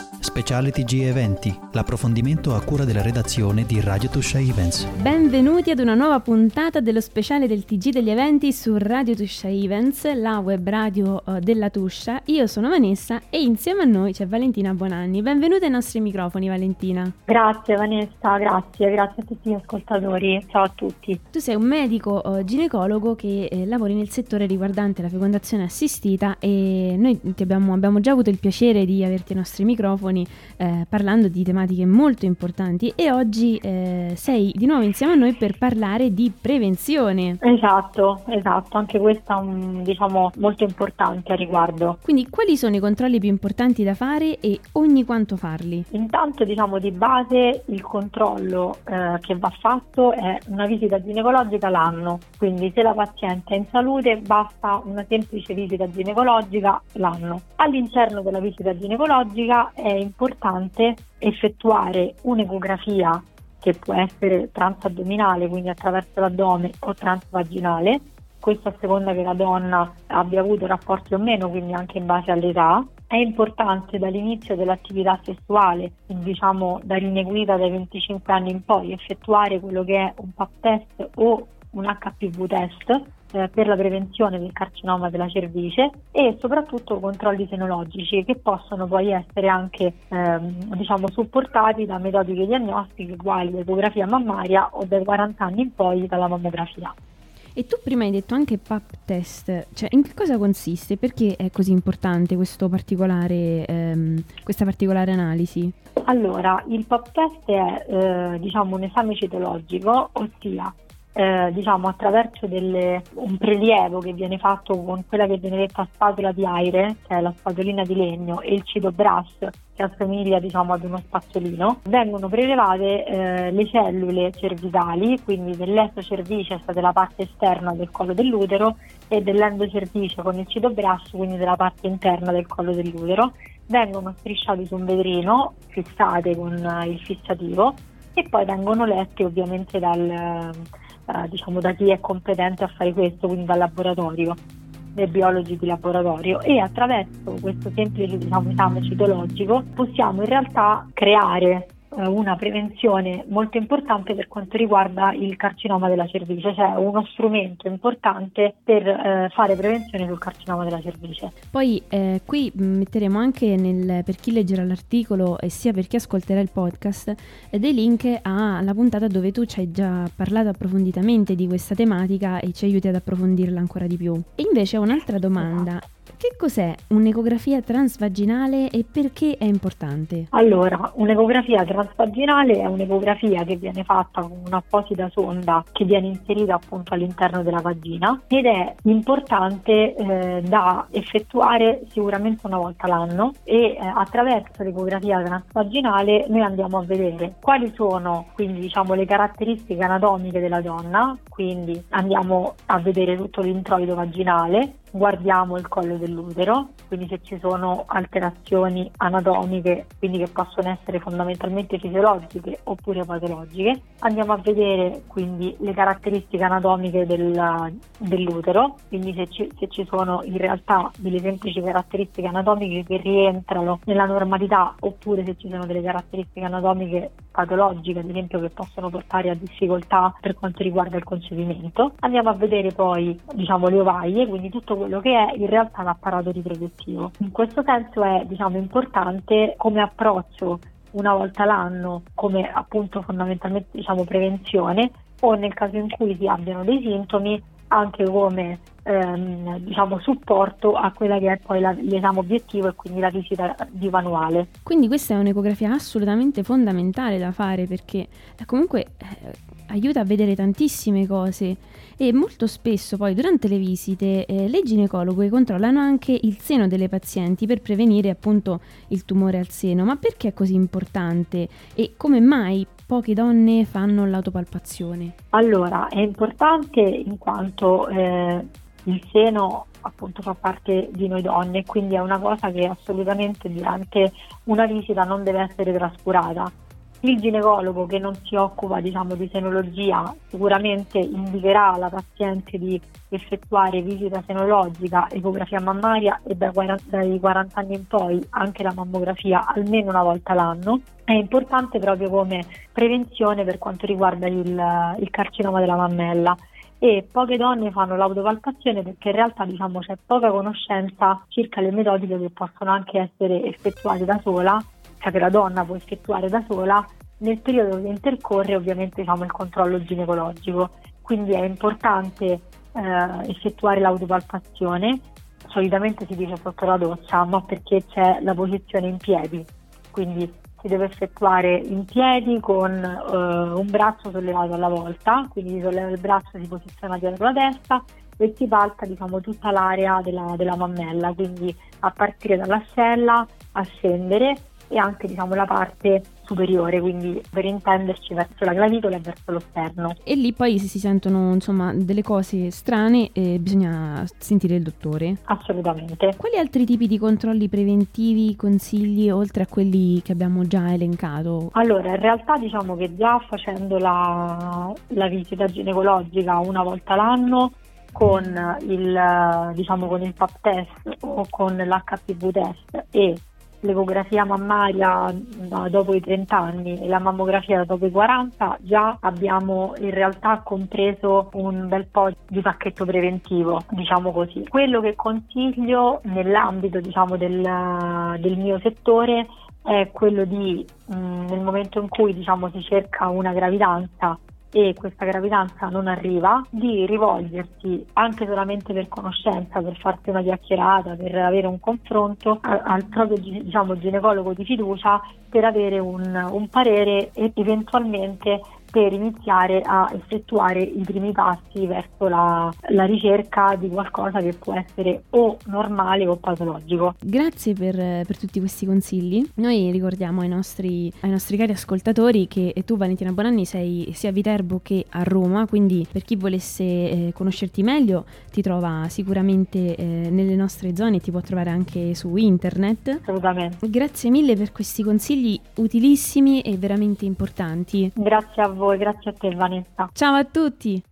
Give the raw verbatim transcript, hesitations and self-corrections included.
Speciale T G Eventi, l'approfondimento a cura della redazione di Radio Tuscia Events. Benvenuti ad una nuova puntata dello speciale del T G degli eventi su Radio Tuscia Events, la web radio uh, della Tuscia. Io sono Vanessa e insieme a noi c'è Valentina Bonanni. Benvenuta ai nostri microfoni, Valentina. Grazie Vanessa, grazie, grazie a tutti gli ascoltatori. Ciao a tutti. Tu sei un medico uh, ginecologo che eh, lavori nel settore riguardante la fecondazione assistita e noi ti abbiamo, abbiamo già avuto il piacere di averti ai nostri microfoni Eh, parlando di tematiche molto importanti e oggi eh, sei di nuovo insieme a noi per parlare di prevenzione. Esatto, esatto, anche questo è un, diciamo, molto importante a riguardo. Quindi quali sono i controlli più importanti da fare e ogni quanto farli? Intanto diciamo di base il controllo eh, che va fatto è una visita ginecologica l'anno, quindi se la paziente è in salute basta una semplice visita ginecologica l'anno. All'interno della visita ginecologica è importante effettuare un'ecografia che può essere transaddominale, quindi attraverso l'addome, o transvaginale, questo a seconda che la donna abbia avuto rapporti o meno, quindi anche in base all'età. È importante dall'inizio dell'attività sessuale, quindi diciamo da linee guida dai venticinque anni in poi, effettuare quello che è un pap test o un H P V test eh, per la prevenzione del carcinoma della cervice e soprattutto controlli senologici che possono poi essere anche ehm, diciamo supportati da metodiche diagnostiche quali l'ecografia mammaria o dai quaranta anni in poi dalla mammografia. E tu prima hai detto anche pap test, cioè in che cosa consiste? Perché è così importante questo particolare, ehm, questa particolare analisi? Allora, il pap test è eh, diciamo un esame citologico, ossia Eh, diciamo attraverso delle, un prelievo che viene fatto con quella che viene detta spatola di aire, che è la spatolina di legno, e il citobras che assomiglia diciamo ad uno spazzolino, vengono prelevate eh, le cellule cervicali, quindi dell'esocervices della parte esterna del collo dell'utero e dell'endocervice con il citobras, quindi della parte interna del collo dell'utero, vengono strisciate su un vetrino, fissate con uh, il fissativo e poi vengono lette ovviamente dal Uh, diciamo da chi è competente a fare questo, quindi dal laboratorio, dei biologi di laboratorio, e attraverso questo semplice diciamo esame citologico possiamo in realtà creare uh, una prevenzione molto importante per quanto riguarda il carcinoma della cervice, cioè uno strumento importante per uh, fare prevenzione sul carcinoma della cervice. Poi eh, qui metteremo anche nel, per chi leggerà l'articolo e sia per chi ascolterà il podcast eh, dei link alla puntata dove tu ci hai già parlato approfonditamente di questa tematica e ci aiuti ad approfondirla ancora di più. E invece ho un'altra domanda. Che cos'è un'ecografia transvaginale e perché è importante? Allora, un'ecografia transvaginale è un'ecografia che viene fatta con un'apposita sonda che viene inserita appunto all'interno della vagina ed è importante eh, da effettuare sicuramente una volta l'anno e eh, attraverso l'ecografia transvaginale noi andiamo a vedere quali sono quindi diciamo le caratteristiche anatomiche della donna, quindi andiamo a vedere tutto l'introito vaginale, guardiamo il collo dell'utero, quindi se ci sono alterazioni anatomiche, quindi che possono essere fondamentalmente fisiologiche oppure patologiche, andiamo a vedere quindi le caratteristiche anatomiche del, dell'utero, quindi se ci, se ci sono in realtà delle semplici caratteristiche anatomiche che rientrano nella normalità oppure se ci sono delle caratteristiche anatomiche patologiche, ad esempio, che possono portare a difficoltà per quanto riguarda il concepimento. Andiamo a vedere poi diciamo le ovaie, quindi tutto quello che è in realtà l'apparato riproduttivo. In questo senso è diciamo importante come approccio una volta l'anno, come appunto fondamentalmente diciamo prevenzione, o nel caso in cui si abbiano dei sintomi anche come ehm, diciamo supporto a quella che è poi la, l'esame obiettivo e quindi la visita bivanuale. Quindi questa è un'ecografia assolutamente fondamentale da fare perché comunque eh, aiuta a vedere tantissime cose e molto spesso poi durante le visite eh, le ginecologue controllano anche il seno delle pazienti per prevenire appunto il tumore al seno. Ma perché è così importante e come mai poche donne fanno l'autopalpazione? Allora, è importante in quanto eh, il seno appunto fa parte di noi donne, quindi è una cosa che assolutamente durante una visita non deve essere trascurata. Il ginecologo che non si occupa diciamo di senologia sicuramente indicherà alla paziente di effettuare visita senologica, ecografia mammaria e dai quaranta, dai quaranta anni in poi anche la mammografia almeno una volta l'anno. È importante proprio come prevenzione per quanto riguarda il, il carcinoma della mammella. E poche donne fanno l'autopalpazione perché in realtà diciamo c'è poca conoscenza circa le metodiche che possono anche essere effettuate da sola, cioè che la donna può effettuare da sola nel periodo che intercorre ovviamente diciamo il controllo ginecologico. Quindi è importante eh, effettuare l'autopalpazione, solitamente si dice sotto la doccia, ma perché c'è la posizione in piedi, quindi si deve effettuare in piedi con eh, un braccio sollevato alla volta, quindi si solleva il braccio, si posiziona dietro la testa e si palpa diciamo tutta l'area della, della mammella, quindi a partire dall'ascella a scendere e anche diciamo la parte superiore, quindi per intenderci verso la clavicola e verso lo sterno. E lì poi se si sentono insomma delle cose strane eh, bisogna sentire il dottore? Assolutamente. Quali altri tipi di controlli preventivi consigli oltre a quelli che abbiamo già elencato? Allora, in realtà diciamo che già facendo la, la visita ginecologica una volta l'anno con il diciamo con il pap test o con l'H P V test e l'ecografia mammaria dopo i trenta anni e la mammografia dopo i quaranta, già abbiamo in realtà compreso un bel po' di pacchetto preventivo, diciamo così. Quello che consiglio nell'ambito diciamo del, del mio settore è quello di mh, nel momento in cui diciamo si cerca una gravidanza e questa gravidanza non arriva, di rivolgersi anche solamente per conoscenza, per farsi una chiacchierata, per avere un confronto al, al proprio diciamo ginecologo di fiducia per avere un, un parere e eventualmente per iniziare a effettuare i primi passi verso la, la ricerca di qualcosa che può essere o normale o patologico. Grazie per, per tutti questi consigli. Noi ricordiamo ai nostri, ai nostri cari ascoltatori che tu, Valentina Bonanni, sei sia a Viterbo che a Roma, quindi per chi volesse eh, conoscerti meglio ti trova sicuramente eh, nelle nostre zone e ti può trovare anche su internet. Assolutamente. Grazie mille per questi consigli utilissimi e veramente importanti. Grazie a voi, grazie a te Vanessa. Ciao a tutti!